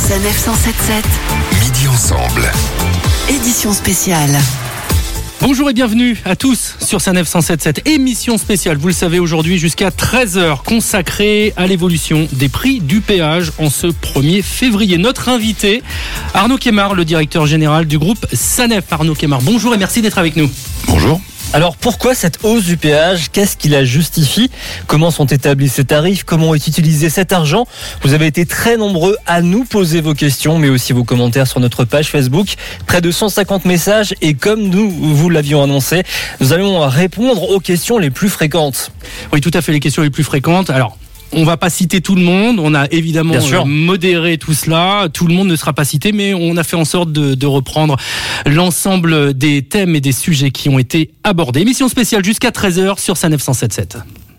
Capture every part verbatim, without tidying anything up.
Sanef cent sept sept. Midi ensemble. Édition spéciale. Bonjour et bienvenue à tous sur Sanef cent sept sept, émission spéciale, vous le savez, aujourd'hui jusqu'à treize heures, consacrée à l'évolution des prix du péage en ce premier février. Notre invité, Arnaud Kémard, le directeur général du groupe Sanef. Arnaud Kémard, bonjour et merci d'être avec nous. Bonjour. Alors pourquoi cette hausse du péage ? Qu'est-ce qui la justifie ? Comment sont établis ces tarifs ? Comment est utilisé cet argent ? Vous avez été très nombreux à nous poser vos questions, mais aussi vos commentaires sur notre page Facebook. Près de cent cinquante messages et comme nous vous l'avions annoncé, nous allons répondre aux questions les plus fréquentes. Oui, tout à fait, les questions les plus fréquentes. Alors, on va pas citer tout le monde, on a évidemment euh, modéré tout cela, tout le monde ne sera pas cité, mais on a fait en sorte de, de reprendre l'ensemble des thèmes et des sujets qui ont été abordés. Émission spéciale jusqu'à treize heures sur Sanef cent sept sept.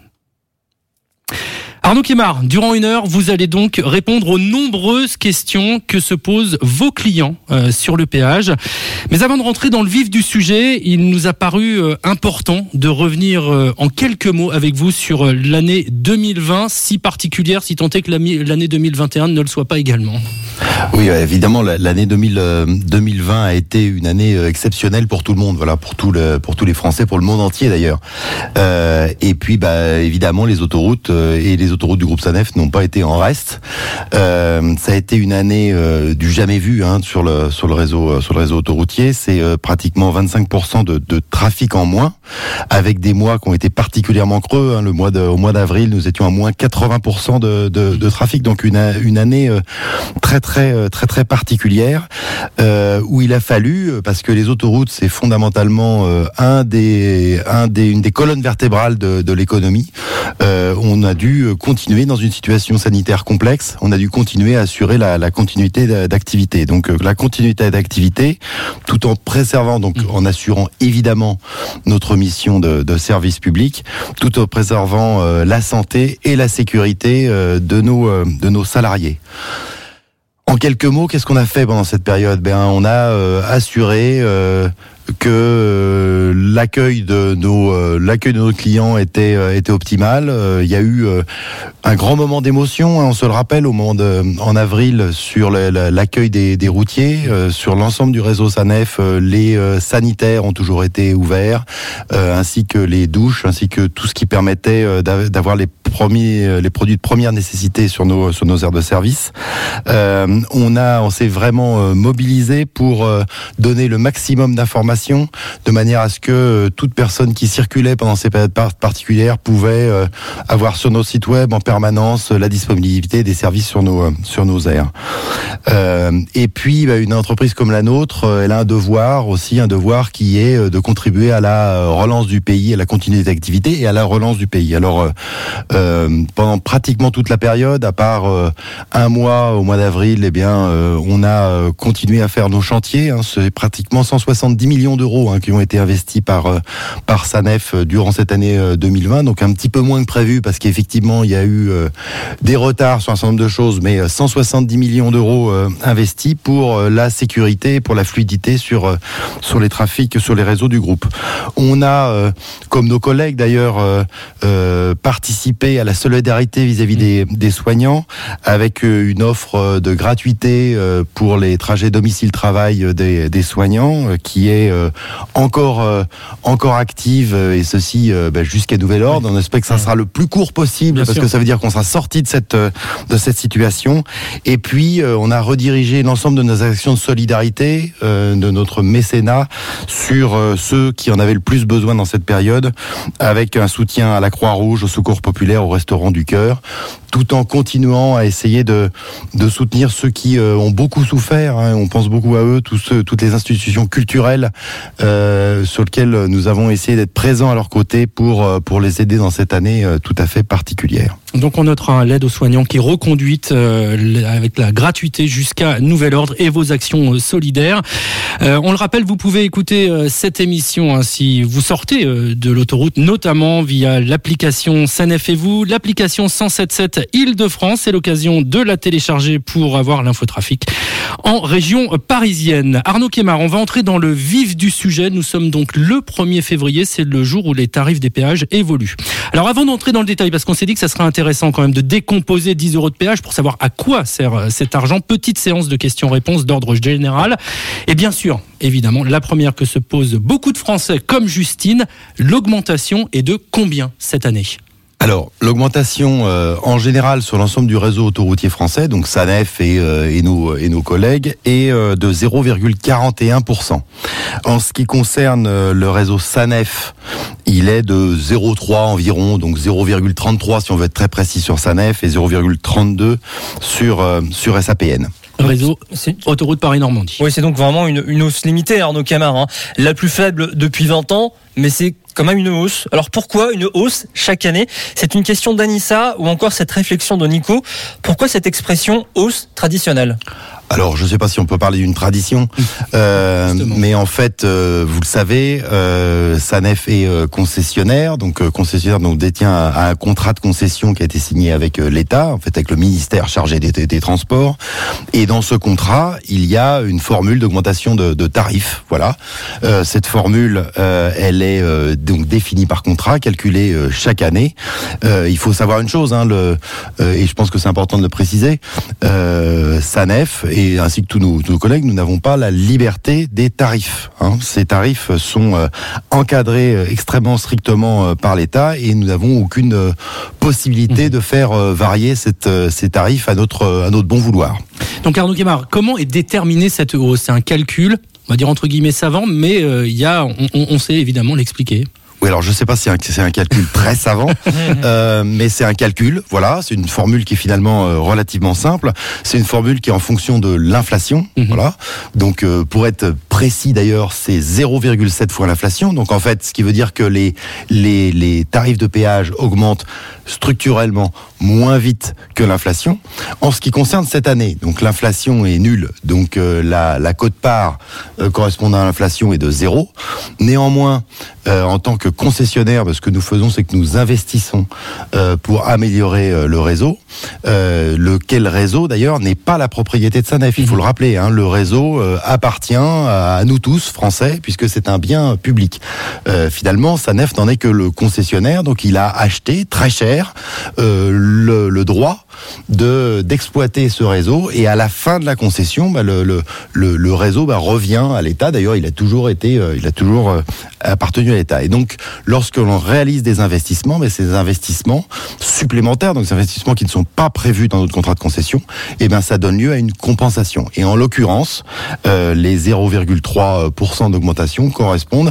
Arnaud Kémard, durant une heure, vous allez donc répondre aux nombreuses questions que se posent vos clients euh, sur le péage. Mais avant de rentrer dans le vif du sujet, il nous a paru euh, important de revenir euh, en quelques mots avec vous sur euh, l'année deux mille vingt, si particulière, si tant est que l'année deux mille vingt et un ne le soit pas également. Oui, évidemment, l'année deux mille vingt a été une année exceptionnelle pour tout le monde, voilà, pour tout le, pour tous les Français, pour le monde entier d'ailleurs. Euh, et puis, bah, évidemment, les autoroutes euh, et les autoroutes du groupe Sanef n'ont pas été en reste. Euh, ça a été une année euh, du jamais vu hein, sur le sur le réseau euh, sur le réseau autoroutier. C'est euh, pratiquement vingt-cinq pour cent de, de trafic en moins, avec des mois qui ont été particulièrement creux. Hein. Le mois de, au mois d'avril, nous étions à moins quatre-vingts pour cent de, de, de trafic, donc une une année euh, très très très très particulière euh, où il a fallu, parce que les autoroutes c'est fondamentalement euh, un des un des une des colonnes vertébrales de, de l'économie. Euh, on a dû continuer dans une situation sanitaire complexe. On a dû continuer à assurer la, la continuité d'activité. Donc euh, la continuité d'activité, tout en préservant, donc en assurant évidemment notre mission de, de service public, tout en préservant euh, la santé et la sécurité euh, de nos euh, de nos salariés. En quelques mots, qu'est-ce qu'on a fait pendant cette période ? Ben, on a euh, assuré euh, que euh, l'accueil de nos euh, l'accueil de nos clients était euh, était optimal. Euh, il y a eu euh, un grand moment d'émotion, hein, on se le rappelle, au moment de en avril sur le, la, l'accueil des, des routiers, euh, sur l'ensemble du réseau Sanef, euh, les euh, sanitaires ont toujours été ouverts, euh, ainsi que les douches, ainsi que tout ce qui permettait euh, d'avoir les premiers les produits de première nécessité sur nos sur nos aires de service. Euh, on a on s'est vraiment euh, mobilisé pour euh, donner le maximum d'informations de manière à ce que euh, toute personne qui circulait pendant ces périodes particulières pouvait euh, avoir sur nos sites web en permanence euh, la disponibilité des services sur nos euh, sur nos aires. Euh, et puis bah, une entreprise comme la nôtre, euh, elle a un devoir aussi un devoir qui est euh, de contribuer à la relance du pays, à la continuité d'activité et à la relance du pays. Alors euh, euh, pendant pratiquement toute la période, à part euh, un mois au mois d'avril, eh bien euh, on a euh, continué à faire nos chantiers. Hein, c'est pratiquement cent soixante-dix millions d'euros hein, qui ont été investis par euh, par Sanef euh, durant cette année euh, deux mille vingt, donc un petit peu moins que prévu parce qu'effectivement il y a eu euh, des retards sur un certain nombre de choses, mais euh, cent soixante-dix millions d'euros euh, investis pour euh, la sécurité, pour la fluidité sur euh, sur les trafics, sur les réseaux du groupe. On a, euh, comme nos collègues d'ailleurs, euh, euh, participé à la solidarité vis-à-vis des, des soignants avec euh, une offre de gratuité euh, pour les trajets domicile-travail des, des soignants euh, qui est euh, encore euh, encore active euh, et ceci euh, bah, jusqu'à nouvel ordre. On espère que ça sera le plus court possible. Bien parce sûr. Que ça veut dire qu'on sera sorti de cette euh, de cette situation. Et puis euh, on a redirigé l'ensemble de nos actions de solidarité, euh, de notre mécénat sur euh, ceux qui en avaient le plus besoin dans cette période, avec un soutien à la Croix-Rouge, au Secours populaire, au Restaurant du Cœur, tout en continuant à essayer de de soutenir ceux qui euh, ont beaucoup souffert. Hein. On pense beaucoup à eux, tous ceux, toutes les institutions culturelles euh, sur lesquelles nous avons essayé d'être présents à leur côté pour pour les aider dans cette année euh, tout à fait particulière. Donc on notera l'aide aux soignants qui est reconduite euh, avec la gratuité jusqu'à nouvel ordre et vos actions euh, solidaires. Euh, on le rappelle, vous pouvez écouter euh, cette émission hein, si vous sortez euh, de l'autoroute, notamment via l'application Sanef et vous, l'application cent soixante-dix-sept Île-de-France. C'est l'occasion de la télécharger pour avoir l'infotrafic en région parisienne. Arnaud Kémard, on va entrer dans le vif du sujet. Nous sommes donc le premier février, c'est le jour où les tarifs des péages évoluent. Alors avant d'entrer dans le détail, parce qu'on s'est dit que ça serait intéressant intéressant quand même de décomposer dix euros de péage pour savoir à quoi sert cet argent. Petite séance de questions-réponses d'ordre général. Et bien sûr, évidemment, la première que se posent beaucoup de Français comme Justine, l'augmentation est de combien cette année ? Alors, l'augmentation euh, en général sur l'ensemble du réseau autoroutier français, donc SANEF et, euh, et, nos, et nos collègues, est euh, de zéro virgule quarante et un pour cent. En ce qui concerne euh, le réseau SANEF, il est de zéro virgule trois environ, donc zéro virgule trente-trois si on veut être très précis sur SANEF et zéro virgule trente-deux sur, euh, sur S A P N. Réseau c'est... autoroute Paris-Normandie. Oui, c'est donc vraiment une, une hausse limitée, Arnaud Camard. Hein. La plus faible depuis vingt ans, mais c'est quand même une hausse. Alors pourquoi une hausse chaque année ? C'est une question d'Anissa ou encore cette réflexion de Nico. Pourquoi cette expression hausse traditionnelle ? Alors, je ne sais pas si on peut parler d'une tradition, euh, mais en fait, euh, vous le savez, euh, SANEF est euh, concessionnaire, donc euh, concessionnaire donc détient un, un contrat de concession qui a été signé avec euh, l'État, en fait avec le ministère chargé des, des, des Transports. Et dans ce contrat, il y a une formule d'augmentation de, de tarifs. Voilà, euh, cette formule, euh, elle est euh, donc définie par contrat, calculée euh, chaque année. Euh, il faut savoir une chose, hein, le, euh, et je pense que c'est important de le préciser, euh, SANEF et ainsi que tous nos, tous nos collègues, nous n'avons pas la liberté des tarifs. Hein. Ces tarifs sont euh, encadrés euh, extrêmement strictement euh, par l'État et nous n'avons aucune euh, possibilité mmh. de faire euh, varier cette, euh, ces tarifs à notre, à notre bon vouloir. Donc Arnaud Camard, comment est déterminée cette hausse ? C'est un calcul, on va dire entre guillemets savant, mais euh, il y a, on, on sait évidemment l'expliquer. Oui, alors je ne sais pas si c'est un calcul très savant, euh, mais c'est un calcul, voilà, c'est une formule qui est finalement euh, relativement simple. C'est une formule qui est en fonction de l'inflation, mmh. voilà. Donc euh, pour être précis d'ailleurs, c'est zéro virgule sept fois l'inflation. Donc en fait, ce qui veut dire que les, les, les tarifs de péage augmentent structurellement moins vite que l'inflation. En ce qui concerne cette année, donc l'inflation est nulle, donc euh, la, la quote-part euh, correspondant à l'inflation est de zéro. Néanmoins, euh, en tant que concessionnaire, ce que nous faisons, c'est que nous investissons euh, pour améliorer euh, le réseau. Euh, lequel réseau, d'ailleurs, n'est pas la propriété de SANEF. Il faut le rappeler, hein, le réseau euh, appartient à, à nous tous, Français, puisque c'est un bien public. Euh, finalement, SANEF n'en est que le concessionnaire, donc il a acheté très cher euh, le, le droit de d'exploiter ce réseau, et à la fin de la concession, bah, le, le, le, le réseau bah, revient à l'État. D'ailleurs, il a toujours été, euh, il a toujours euh, appartenu à l'État. Et donc, lorsque l'on réalise des investissements, mais ces investissements supplémentaires, donc ces investissements qui ne sont pas prévus dans notre contrat de concession, et ben ça donne lieu à une compensation. Et en l'occurrence, euh, les zéro virgule trois pour cent d'augmentation correspondent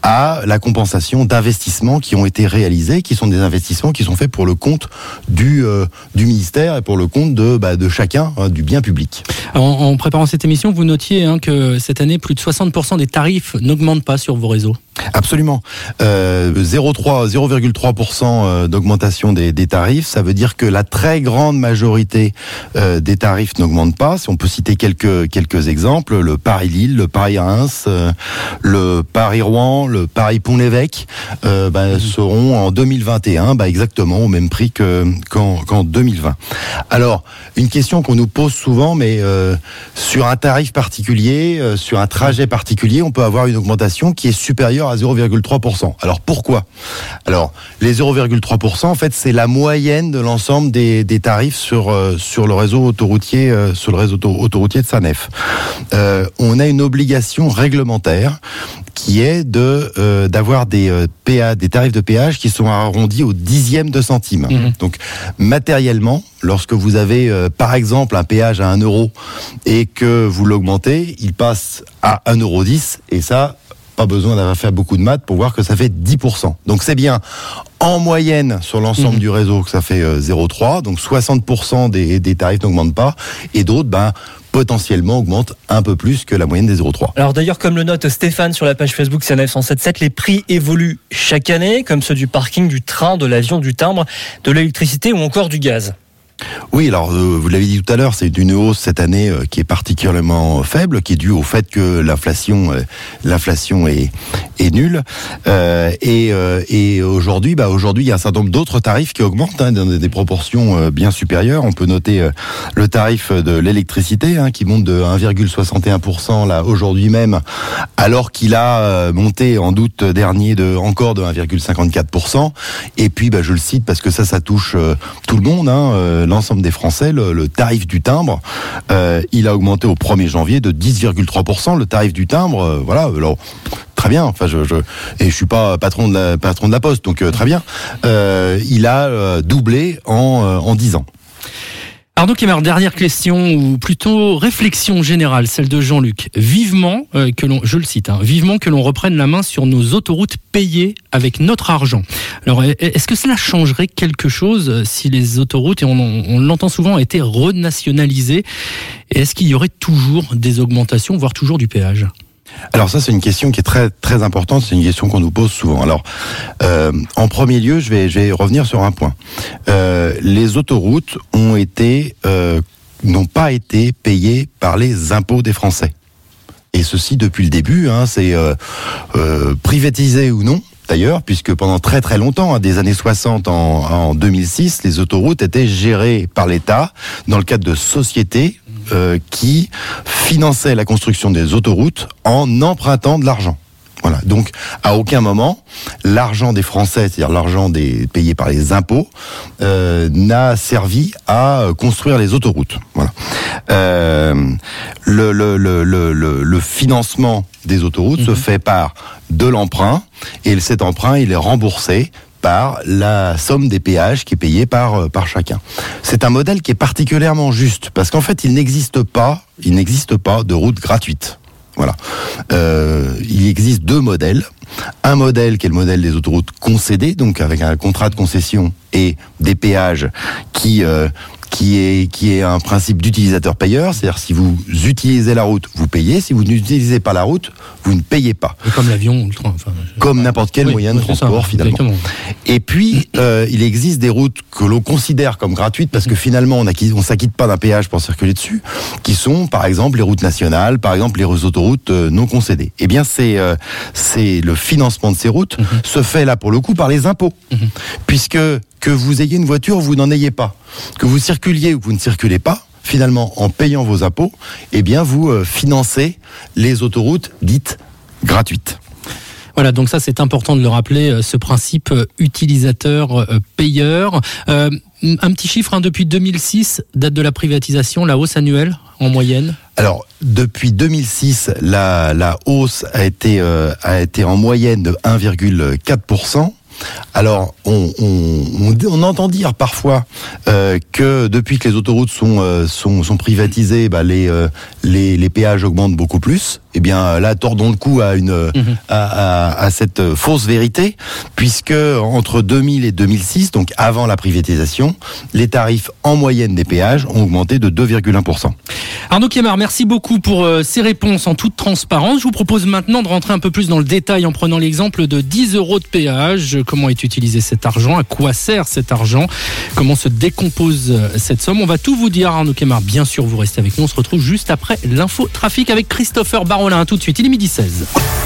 à la compensation d'investissements qui ont été réalisés, qui sont des investissements qui sont faits pour le compte du euh, du ministère et pour le compte de bah, de chacun, hein, du bien public. En, en préparant cette émission, vous notiez hein, que cette année, plus de soixante pour cent des tarifs n'augmentent pas sur vos réseaux. Absolument. Euh, zéro virgule trois pour cent d'augmentation des, des tarifs, ça veut dire que la très grande majorité euh, des tarifs n'augmentent pas. Si on peut citer quelques quelques exemples, le Paris-Lille, le Paris-Reims, euh, le Paris-Rouen, le Paris-Pont-l'Évêque euh, bah, mmh. seront en deux mille vingt et un bah, exactement au même prix que, qu'en, qu'en deux mille vingt. Alors, une question qu'on nous pose souvent, mais euh, sur un tarif particulier, euh, sur un trajet particulier, on peut avoir une augmentation qui est supérieure à zéro virgule trois pour cent. Alors pourquoi ? Alors les zéro virgule trois pour cent en fait c'est la moyenne de l'ensemble des, des tarifs sur euh, sur le réseau autoroutier euh, sur le réseau auto- autoroutier de SANEF. Euh, on a une obligation réglementaire qui est de euh, d'avoir des euh, P A, des tarifs de péage qui sont arrondis au dixième de centime. Mmh. Donc matériellement, lorsque vous avez euh, par exemple un péage à un euro et que vous l'augmentez, il passe à un euro dix et ça pas besoin d'avoir fait beaucoup de maths pour voir que ça fait dix pour cent. Donc c'est bien en moyenne sur l'ensemble mmh. du réseau que ça fait euh, zéro virgule trois. Donc soixante pour cent des, des tarifs n'augmentent pas et d'autres ben, potentiellement augmentent un peu plus que la moyenne des zéro virgule trois. Alors d'ailleurs, comme le note Stéphane sur la page Facebook SANEF cent soixante-dix-sept, les prix évoluent chaque année, comme ceux du parking, du train, de l'avion, du timbre, de l'électricité ou encore du gaz. Oui, alors euh, vous l'avez dit tout à l'heure, c'est une hausse cette année euh, qui est particulièrement faible, qui est due au fait que l'inflation, euh, l'inflation est, est nulle. Euh, et, euh, et aujourd'hui, bah aujourd'hui, il y a un certain nombre d'autres tarifs qui augmentent hein, dans des proportions euh, bien supérieures. On peut noter euh, le tarif de l'électricité hein, qui monte de un virgule soixante et un pour cent là aujourd'hui même, alors qu'il a euh, monté en août dernier de encore de un virgule cinquante-quatre pour cent. Et puis, bah, je le cite parce que ça, ça touche euh, tout le monde. Hein, euh, l'ensemble des Français, le, le tarif du timbre, euh, il a augmenté au premier janvier de dix virgule trois pour cent. Le tarif du timbre, euh, voilà, alors très bien. Enfin, je, je et je suis pas patron de la patron de la Poste, donc euh, très bien. Euh, il a euh, doublé en euh, en dix ans. Arnaud Kemar, dernière question, ou plutôt réflexion générale, celle de Jean-Luc. Vivement euh, que l'on, je le cite, hein, vivement que l'on reprenne la main sur nos autoroutes payées avec notre argent. Alors, est-ce que cela changerait quelque chose si les autoroutes, et on, on l'entend souvent, étaient renationalisées? Et est-ce qu'il y aurait toujours des augmentations, voire toujours du péage? Alors ça, c'est une question qui est très très importante. C'est une question qu'on nous pose souvent. Alors, euh, en premier lieu, je vais je vais revenir sur un point. Euh, les autoroutes ont été euh, n'ont pas été payées par les impôts des Français. Et ceci depuis le début. Hein, c'est euh, euh, privatisé ou non. D'ailleurs, puisque pendant très très longtemps, hein, des années soixante en, en deux mille six, les autoroutes étaient gérées par l'État dans le cadre de sociétés euh, qui finançaient la construction des autoroutes en empruntant de l'argent. Voilà. Donc, à aucun moment, l'argent des Français, c'est-à-dire l'argent des payé par les impôts, euh, n'a servi à construire les autoroutes. Voilà. Euh, le, le, le, le, le financement des autoroutes mmh. se fait par de l'emprunt, et cet emprunt, il est remboursé par la somme des péages qui est payée par par chacun. C'est un modèle qui est particulièrement juste parce qu'en fait, il n'existe pas, il n'existe pas de route gratuite. Voilà. Euh, il existe deux modèles. Un modèle qui est le modèle des autoroutes concédées, donc avec un contrat de concession et des péages qui euh, qui est qui est un principe d'utilisateur-payeur, c'est-à-dire si vous utilisez la route, vous payez. Si vous n'utilisez pas la route, vous ne payez pas. Et comme l'avion, le train, enfin, comme n'importe quel oui, moyen de transport ça, finalement. Exactement. Et puis euh, il existe des routes que l'on considère comme gratuites parce que finalement on ne on s'acquitte pas d'un péage pour circuler dessus, qui sont par exemple les routes nationales, par exemple les autoroutes euh, non concédées. Eh bien c'est euh, c'est le financement de ces routes mmh. se fait là pour le coup par les impôts, mmh. puisque que vous ayez une voiture ou vous n'en ayez pas, que vous circuliez ou que vous ne circulez pas, finalement, en payant vos impôts, eh bien, vous euh, financez les autoroutes dites gratuites. Voilà, donc ça, c'est important de le rappeler, ce principe utilisateur-payeur. Euh, un petit chiffre, hein, depuis deux mille six, date de la privatisation, la hausse annuelle en moyenne? Alors, depuis deux mille six, la, la hausse a été, euh, a été en moyenne de un virgule quatre pour cent. Alors, on, on, on, on entend dire parfois euh, que depuis que les autoroutes sont euh, sont, sont privatisées, bah, les, euh, les les péages augmentent beaucoup plus. Eh bien, là, tordons le cou à une mmh. à, à, à cette fausse vérité, puisque entre deux mille et deux mille six, donc avant la privatisation, les tarifs en moyenne des péages ont augmenté de deux virgule un pour cent. Arnaud Kemar, merci beaucoup pour euh, ces réponses en toute transparence. Je vous propose maintenant de rentrer un peu plus dans le détail en prenant l'exemple de dix euros de péage. Comment est utilisé cet argent? À quoi sert cet argent? Comment se décompose cette somme? On va tout vous dire, Arnaud Kemar. Bien sûr, vous restez avec nous. On se retrouve juste après l'info trafic avec Christopher Barolin. Tout de suite, il est midi seize.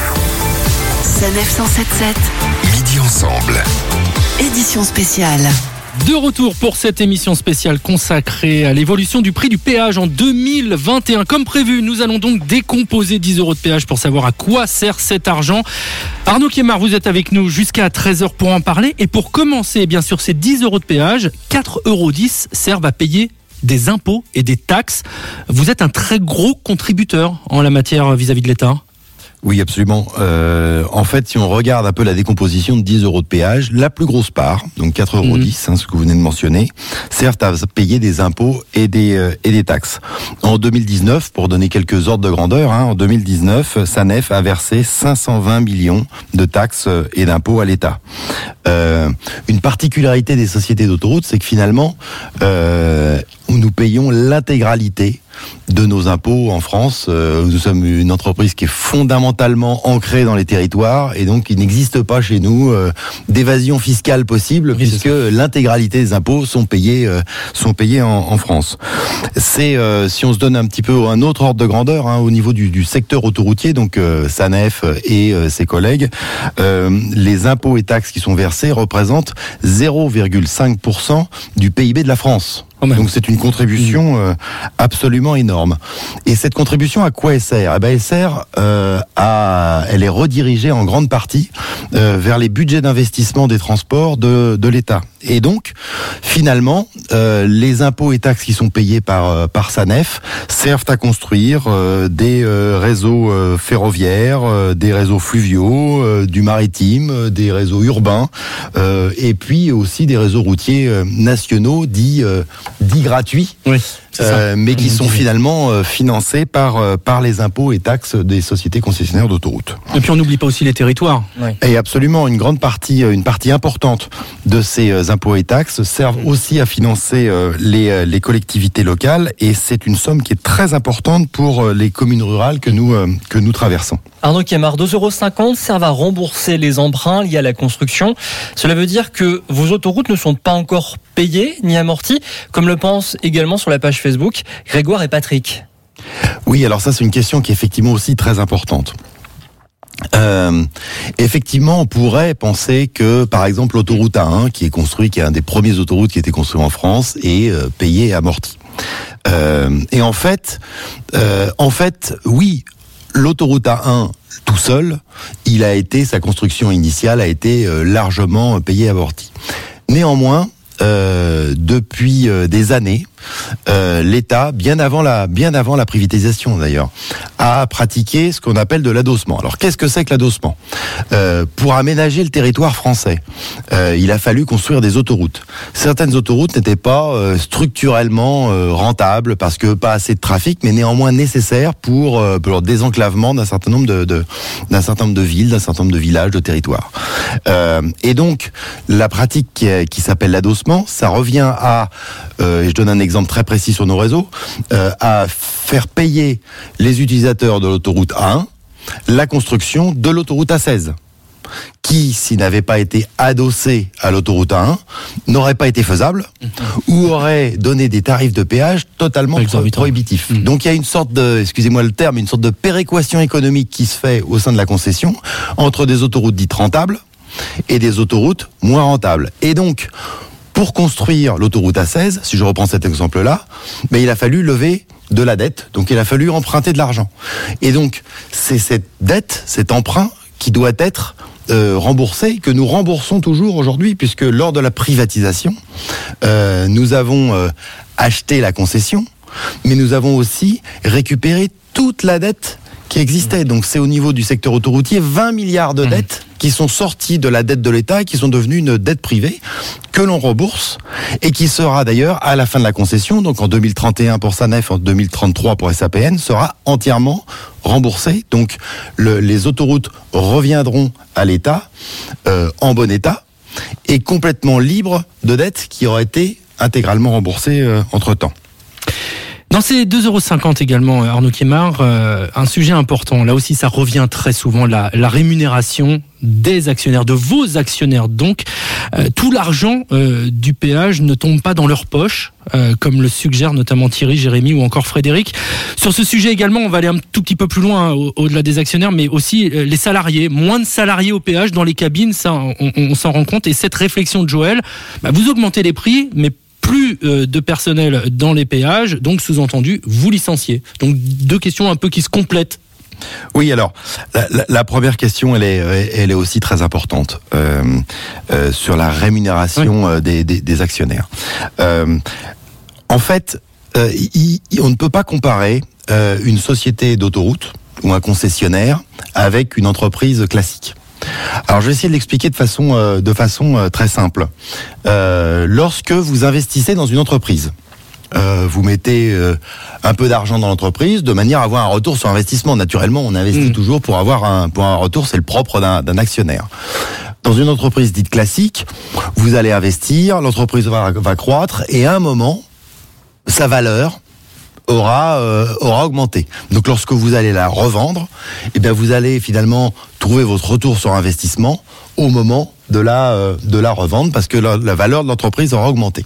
C N F cent sept sept. Midi ensemble. Édition spéciale. De retour pour cette émission spéciale consacrée à l'évolution du prix du péage en deux mille vingt et un. Comme prévu, nous allons donc décomposer dix euros de péage pour savoir à quoi sert cet argent. Arnaud Kemar, vous êtes avec nous jusqu'à treize heures pour en parler. Et pour commencer, bien sûr, ces dix euros de péage, quatre euros dix servent à payer des impôts et des taxes. Vous êtes un très gros contributeur en la matière vis-à-vis de l'État. Oui, absolument. Euh, en fait, si on regarde un peu la décomposition de dix euros de péage, la plus grosse part, donc quatre euros dix, mmh. hein, ce que vous venez de mentionner, sert à payer des impôts et des, euh, et des taxes. En deux mille dix-neuf, pour donner quelques ordres de grandeur, hein, en deux mille dix-neuf, S A N E F a versé cinq cent vingt millions de taxes et d'impôts à l'État. Euh, une particularité des sociétés d'autoroutes, c'est que finalement, euh, nous payons l'intégralité de nos impôts en France. Euh, nous sommes une entreprise qui est fondamentalement ancrée dans les territoires et donc il n'existe pas chez nous euh, d'évasion fiscale possible oui, puisque l'intégralité des impôts sont payés euh, sont payés en, en France. C'est euh, si on se donne un petit peu un autre ordre de grandeur hein, au niveau du, du secteur autoroutier, donc euh, SANEF et euh, ses collègues, euh, les impôts et taxes qui sont versés représentent zéro virgule cinq pour cent du P I B de la France. Donc c'est une contribution euh, absolument énorme. Et cette contribution, à quoi elle sert ? Eh ben, elle sert euh, à, elle est redirigée en grande partie euh, vers les budgets d'investissement des transports de, de l'État. Et donc, finalement, euh, les impôts et taxes qui sont payés par euh, par SANEF servent à construire euh, des euh, réseaux euh, ferroviaires, euh, des réseaux fluviaux, euh, du maritime, euh, des réseaux urbains, euh, et puis aussi des réseaux routiers euh, nationaux dits euh, dits gratuits, oui, euh, mais qui sont finalement euh, financés par euh, par les impôts et taxes des sociétés concessionnaires d'autoroutes. Et puis on n'oublie pas aussi les territoires. Oui. Et absolument, une grande partie, une partie importante de ces euh, impôts et taxes servent aussi à financer euh, les euh, les collectivités locales, et c'est une somme qui est très importante pour euh, les communes rurales que nous euh, que nous traversons. Arnaud Kémard, deux euros cinquante servent à rembourser les emprunts liés à la construction. Cela veut dire que vos autoroutes ne sont pas encore payées ni amorties, comme le pensent également sur la page Facebook Grégoire et Patrick. Oui, alors ça c'est une question qui est effectivement aussi très importante. Euh, effectivement, on pourrait penser que, par exemple, l'autoroute A un, qui est construit, qui est un des premiers autoroutes qui a été construit en France, est euh, payé et amorti. Euh, et en fait, euh, en fait, oui, l'autoroute A un tout seul, il a été, sa construction initiale a été euh, largement payée et amortie. Néanmoins, euh, depuis euh, des années, euh, l'État, bien avant la, bien avant la privatisation d'ailleurs, a pratiqué ce qu'on appelle de l'adossement. Alors qu'est-ce que c'est que l'adossement ? euh, Pour aménager le territoire français, euh, il a fallu construire des autoroutes. Certaines autoroutes n'étaient pas euh, structurellement euh, rentables parce que pas assez de trafic, mais néanmoins nécessaires pour, euh, pour le désenclavement d'un certain nombre de, de d'un certain nombre de villes, d'un certain nombre de villages, de territoires. Euh, et donc la pratique qui, est, qui s'appelle l'adossement, ça revient à, euh, et je donne un exemple très précis sur nos réseaux, euh, à faire payer les utilisateurs de l'autoroute A un la construction de l'autoroute A seize, qui, s'il n'avait pas été adossé à l'autoroute A un, n'aurait pas été faisable ou aurait donné des tarifs de péage totalement prohibitifs. Mmh. Donc il y a une sorte de, excusez-moi le terme, une sorte de péréquation économique qui se fait au sein de la concession entre des autoroutes dites rentables et des autoroutes moins rentables. Et donc, pour construire l'autoroute A seize, si je reprends cet exemple-là, mais il a fallu lever de la dette, donc il a fallu emprunter de l'argent. Et donc, c'est cette dette, cet emprunt qui doit être euh, remboursé, que nous remboursons toujours aujourd'hui, puisque lors de la privatisation, euh, nous avons euh, acheté la concession, mais nous avons aussi récupéré toute la dette qui existait. Donc c'est au niveau du secteur autoroutier vingt milliards de dettes qui sont sorties de la dette de l'État et qui sont devenues une dette privée que l'on rembourse et qui sera d'ailleurs à la fin de la concession, donc en deux mille trente et un pour SANEF, en deux mille trente-trois pour S A P N, sera entièrement remboursée. Donc le, les autoroutes reviendront à l'État euh, en bon état et complètement libres de dettes qui auraient été intégralement remboursées euh, entre-temps. Dans ces deux euros cinquante également, Arnaud Kémard, euh, un sujet important, là aussi ça revient très souvent, la, la rémunération des actionnaires, de vos actionnaires. Donc, euh, tout l'argent euh, du péage ne tombe pas dans leur poche, euh, comme le suggèrent notamment Thierry, Jérémy ou encore Frédéric. Sur ce sujet également, on va aller un tout petit peu plus loin, hein, au- au-delà des actionnaires, mais aussi euh, les salariés. Moins de salariés au péage dans les cabines, ça on, on, on s'en rend compte. Et cette réflexion de Joël, bah, vous augmentez les prix, mais plus euh, de personnel dans les péages, donc sous-entendu, vous licenciez. Donc deux questions un peu qui se complètent. Oui, alors la, la, la première question, elle est, elle est aussi très importante euh, euh, sur la rémunération oui. euh, des, des, des actionnaires. Euh, en fait, euh, y, y, on ne peut pas comparer euh, une société d'autoroute ou un concessionnaire avec une entreprise classique. Alors, je vais essayer de l'expliquer de façon euh, de façon euh, très simple. Euh, lorsque vous investissez dans une entreprise, Euh, vous mettez euh, un peu d'argent dans l'entreprise de manière à avoir un retour sur investissement. Naturellement, on investit mmh. toujours pour avoir un, pour un retour, c'est le propre d'un, d'un actionnaire. Dans une entreprise dite classique, vous allez investir, l'entreprise va, va croître et à un moment, sa valeur aura euh, aura augmenté. Donc lorsque vous allez la revendre, eh bien vous allez finalement trouver votre retour sur investissement au moment de la euh, de la revente, parce que la, la valeur de l'entreprise aura augmenté.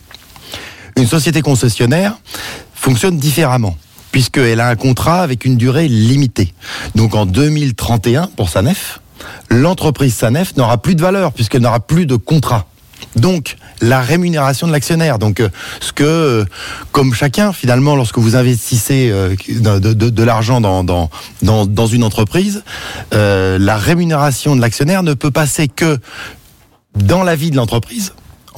Une société concessionnaire fonctionne différemment, puisqu'elle a un contrat avec une durée limitée. Donc en deux mille trente et un, pour Sanef, l'entreprise Sanef n'aura plus de valeur, puisqu'elle n'aura plus de contrat. Donc, la rémunération de l'actionnaire. Donc, euh, ce que, euh, comme chacun, finalement, lorsque vous investissez euh, de, de, de l'argent dans, dans, dans, dans une entreprise, euh, la rémunération de l'actionnaire ne peut passer que dans la vie de l'entreprise,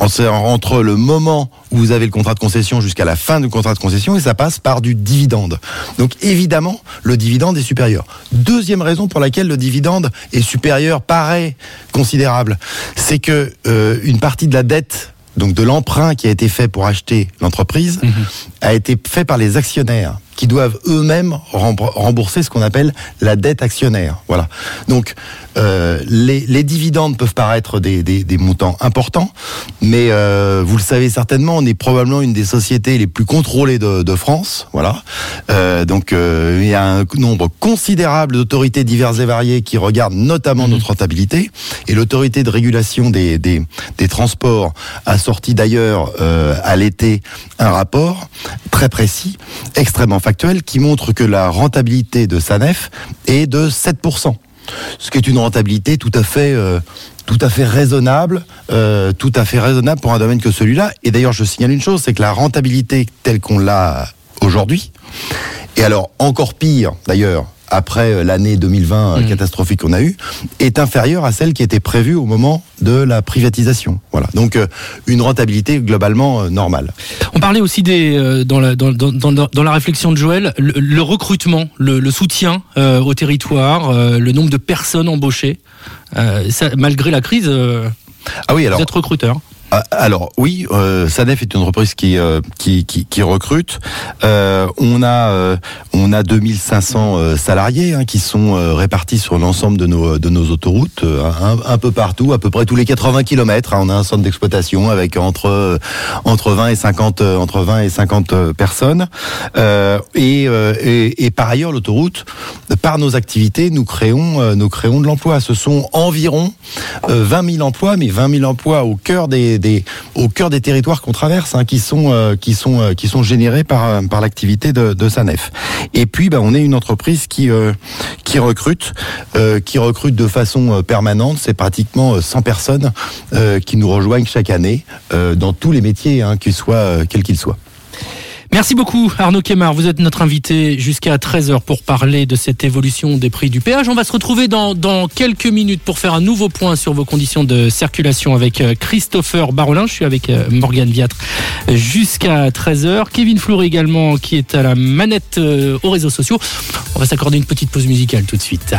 entre le moment où vous avez le contrat de concession jusqu'à la fin du contrat de concession, et ça passe par du dividende. Donc évidemment, le dividende est supérieur. Deuxième raison pour laquelle le dividende est supérieur, paraît considérable, c'est que euh, une partie de la dette, donc de l'emprunt qui a été fait pour acheter l'entreprise, mmh. a été fait par les actionnaires, qui doivent eux-mêmes rembourser ce qu'on appelle la dette actionnaire. Voilà. Donc, euh, les, les dividendes peuvent paraître des, des, des montants importants, mais euh, vous le savez certainement, on est probablement une des sociétés les plus contrôlées de, de France. Voilà. Euh, donc, euh, il y a un nombre considérable d'autorités diverses et variées qui regardent notamment mmh. notre rentabilité. Et l'autorité de régulation des, des, des transports a sorti d'ailleurs euh, à l'été un rapport très précis, extrêmement factuel, qui montre que la rentabilité de Sanef est de sept pour cent. Ce qui est une rentabilité tout à fait, euh, tout à fait raisonnable, euh, tout à fait raisonnable pour un domaine que celui-là. Et d'ailleurs, je signale une chose, c'est que la rentabilité telle qu'on l'a aujourd'hui, et alors encore pire d'ailleurs, après l'année deux mille vingt mmh. catastrophique qu'on a eue, est inférieure à celle qui était prévue au moment de la privatisation. Voilà. Donc euh, une rentabilité globalement euh, normale. On parlait aussi des euh, dans la dans, dans, dans, dans la réflexion de Joël, le, le recrutement, le, le soutien euh, au territoire, euh, le nombre de personnes embauchées. Euh, ça, malgré la crise, euh, ah oui, alors, vous êtes recruteur. Alors oui, euh, Sanef est une entreprise qui euh, qui, qui, qui recrute. Euh, on a euh, on a deux mille cinq cents euh, salariés hein, qui sont euh, répartis sur l'ensemble de nos de nos autoroutes, euh, un, un peu partout, à peu près tous les quatre-vingts kilomètres. Hein, on a un centre d'exploitation avec entre euh, entre vingt et cinquante euh, entre vingt et cinquante personnes. Euh, et, euh, et et par ailleurs, l'autoroute, par nos activités, nous créons euh, nous créons de l'emploi. Ce sont environ euh, vingt mille emplois, mais vingt mille emplois au cœur des Des, au cœur des territoires qu'on traverse, hein, qui sont euh, qui sont euh, qui sont générés par euh, par l'activité de, de Sanef. Et puis, bah, on est une entreprise qui euh, qui recrute, euh, qui recrute de façon euh, permanente. C'est pratiquement euh, cent personnes euh, qui nous rejoignent chaque année euh, dans tous les métiers, hein, qu'ils soient euh, quels qu'ils soient. Merci beaucoup Arnaud Kemar, vous êtes notre invité jusqu'à treize heures pour parler de cette évolution des prix du péage. On va se retrouver dans, dans quelques minutes pour faire un nouveau point sur vos conditions de circulation avec Christopher Barolin. Je suis avec Morgane Viatre jusqu'à treize heures. Kevin Fleury également qui est à la manette aux réseaux sociaux. On va s'accorder une petite pause musicale tout de suite.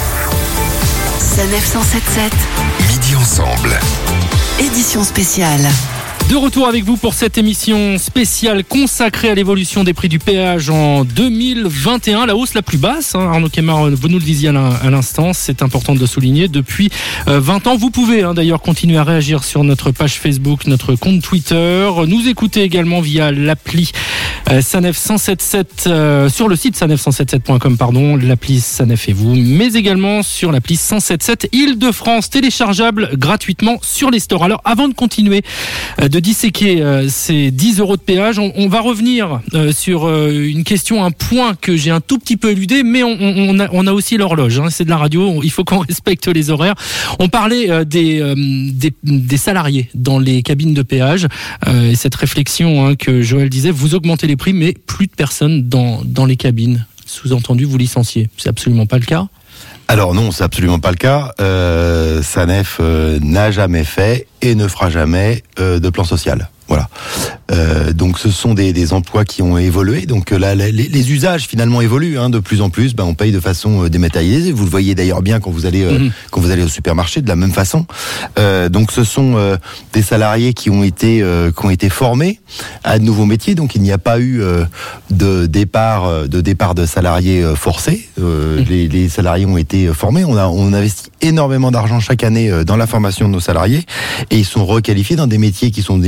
Sanef cent sept sept. Midi ensemble. Édition spéciale. De retour avec vous pour cette émission spéciale consacrée à l'évolution des prix du péage en deux mille vingt et un. La hausse la plus basse, hein, Arnaud Kemar, vous nous le disiez à l'instant, c'est important de le souligner, depuis vingt ans. Vous pouvez hein, d'ailleurs continuer à réagir sur notre page Facebook, notre compte Twitter, nous écouter également via l'appli euh, Sanef cent soixante-dix-sept, euh, sur le site sanef cent soixante-dix-sept point com, pardon, l'appli Sanef et vous, mais également sur l'appli cent soixante-dix-sept Île-de-France, téléchargeable gratuitement sur les stores. Alors avant de continuer euh, de disséquer euh, ces dix euros de péage, on, on va revenir euh, sur euh, une question, un point que j'ai un tout petit peu éludé, mais on, on, a, on a aussi l'horloge, hein, c'est de la radio, on, il faut qu'on respecte les horaires. On parlait euh, des, euh, des, des salariés dans les cabines de péage, euh, et cette réflexion hein, que Joël disait, vous augmentez les prix, mais plus de personnes dans, dans les cabines. Sous-entendu, vous licenciez. C'est absolument pas le cas. Alors non, c'est absolument pas le cas. Euh, Sanef euh, n'a jamais fait et ne fera jamais euh, de plan social. Voilà. Euh, donc ce sont des, des emplois qui ont évolué. Donc là, les, les usages finalement évoluent hein, de plus en plus. Ben, on paye de façon euh, dématérialisée. Vous le voyez d'ailleurs bien quand vous allez euh, mmh. quand vous allez au supermarché de la même façon. Euh, donc ce sont euh, des salariés qui ont été euh, qui ont été formés à de nouveaux métiers. Donc il n'y a pas eu euh, de départ de départ de salariés euh, forcés. Euh, mmh. les, les salariés ont été formés. On a on investit énormément d'argent chaque année euh, dans la formation de nos salariés et ils sont requalifiés dans des métiers qui sont des métiers plus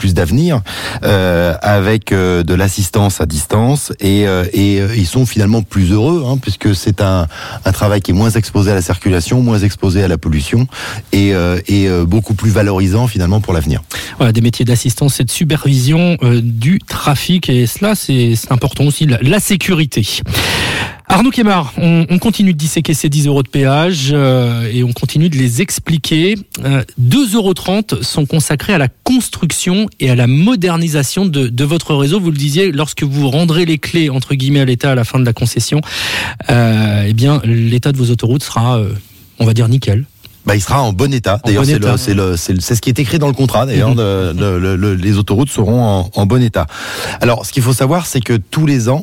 plus d'avenir euh, avec euh, de l'assistance à distance et, euh, et euh, ils sont finalement plus heureux hein, puisque c'est un, un travail qui est moins exposé à la circulation, moins exposé à la pollution et, euh, et euh, beaucoup plus valorisant finalement pour l'avenir. Voilà, des métiers d'assistance et de supervision euh, du trafic et cela c'est, c'est important aussi, la, la sécurité. Arnaud Kémard, on, on continue de disséquer ces dix euros de péage euh, et on continue de les expliquer. Euh, deux euros trente sont consacrés à la construction et à la modernisation de, de votre réseau. Vous le disiez, lorsque vous rendrez les clés entre guillemets à l'État à la fin de la concession, euh, eh bien l'état de vos autoroutes sera, euh, on va dire, nickel. Bah, il sera en bon état. En d'ailleurs, bon c'est, état, le, c'est, le, c'est, le, c'est ce qui est écrit dans le contrat. D'ailleurs, mmh. le, le, le, les autoroutes seront en, en bon état. Alors, ce qu'il faut savoir, c'est que tous les ans,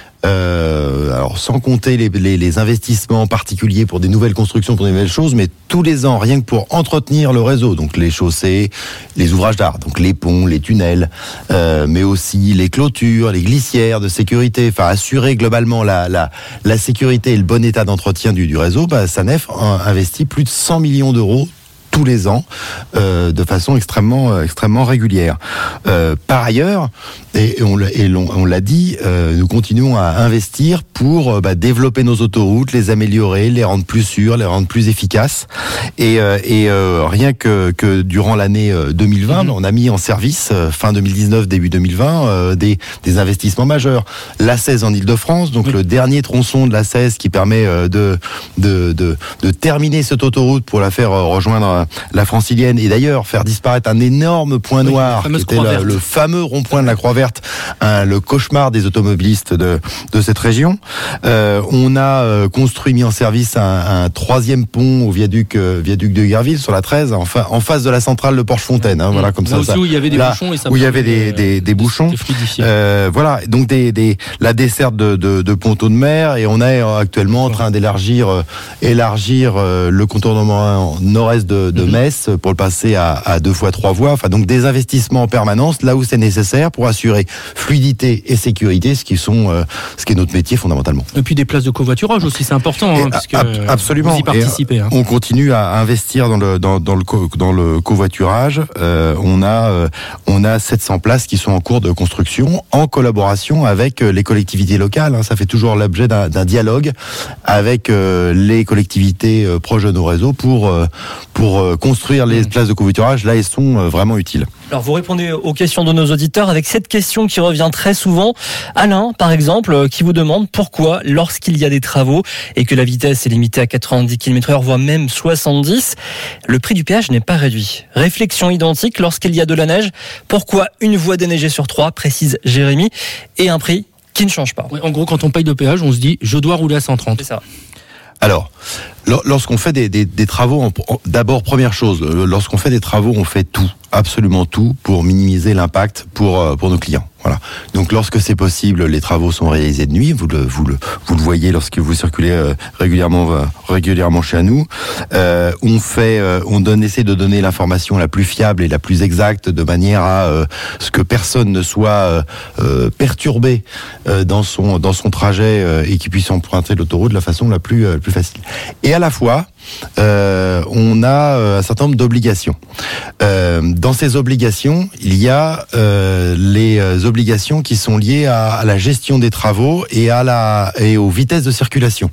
Euh, alors sans compter les, les, les investissements particuliers pour des nouvelles constructions, pour des nouvelles choses, mais tous les ans, rien que pour entretenir le réseau, donc les chaussées, les ouvrages d'art, donc les ponts, les tunnels, euh, mais aussi les clôtures, les glissières de sécurité, enfin assurer globalement la, la, la sécurité et le bon état d'entretien du, du réseau, bah, SANEF investit plus de cent millions d'euros tous les ans, euh, de façon extrêmement, euh, extrêmement régulière. Euh, par ailleurs, et, et, on, et on, on l'a dit, euh, nous continuons à investir pour euh, bah, développer nos autoroutes, les améliorer, les rendre plus sûres, les rendre plus efficaces. Et, euh, et euh, rien que, que durant l'année deux mille vingt, mmh. on a mis en service, euh, fin deux mille dix-neuf, début deux mille vingt, euh, des, des investissements majeurs. L'A seize en Ile-de-France, donc mmh. le dernier tronçon de l'A seize qui permet euh, de, de, de, de terminer cette autoroute pour la faire euh, rejoindre la Francilienne et d'ailleurs faire disparaître un énorme point oui, noir qui était le, le fameux rond-point de la Croix-Verte, hein, le cauchemar des automobilistes de, de cette région. Euh, on a euh, construit, mis en service un, un troisième pont au viaduc, euh, viaduc de Guerville sur la treize, en, fa- en face de la centrale de Porche-Fontaine. Hein, mmh. Voilà, comme là ça, aussi ça, où il y avait des là, bouchons et ça où il y avait des, des, des bouchons. Euh, voilà, donc des, des, la desserte de, de, de Ponto de Mer et on est actuellement en train d'élargir, euh, élargir euh, le contournement nord-est de, de Metz pour le passer à, à deux fois trois voies. Enfin, donc des investissements en permanence là où c'est nécessaire pour assurer fluidité et sécurité, ce qui sont, euh, ce qui est notre métier fondamentalement. Et puis des places de covoiturage aussi, c'est important, hein, parce que ab- absolument. Vous y participez. Hein. On continue à investir dans le dans, dans le co- dans le covoiturage. Euh, on a euh, on a sept cents places qui sont en cours de construction en collaboration avec les collectivités locales. Hein. Ça fait toujours l'objet d'un, d'un dialogue avec euh, les collectivités euh, proches de nos réseaux pour euh, pour euh, construire les places de covoiturage. Là, elles sont euh, vraiment utiles. Alors, vous répondez aux questions de nos auditeurs avec cette question qui revient très souvent. Alain, par exemple, qui vous demande pourquoi, lorsqu'il y a des travaux et que la vitesse est limitée à quatre-vingt-dix kilomètres heure, voire même soixante-dix, le prix du péage n'est pas réduit. Réflexion identique lorsqu'il y a de la neige. Pourquoi une voie déneigée sur trois, précise Jérémy, et un prix qui ne change pas. Oui, en gros, quand on paye de péage, on se dit je dois rouler à cent trente. C'est ça. Alors, lorsqu'on fait des, des, des travaux, d'abord, première chose, lorsqu'on fait des travaux, on fait tout, absolument tout, pour minimiser l'impact pour, pour nos clients. Voilà. Donc, lorsque c'est possible, les travaux sont réalisés de nuit. Vous le, vous le, vous le voyez lorsque vous circulez euh, régulièrement, euh, régulièrement chez nous. Euh, on fait, euh, on donne, essaie de donner l'information la plus fiable et la plus exacte, de manière à euh, ce que personne ne soit euh, euh, perturbé euh, dans son, dans son trajet euh, et qu'il puisse emprunter l'autoroute de la façon la plus, euh, la plus facile. Et à la fois, euh, on a euh, un certain nombre d'obligations. Euh, dans ces obligations, il y a euh, les obligations qui sont liées à, à la gestion des travaux et à la et aux vitesses de circulation.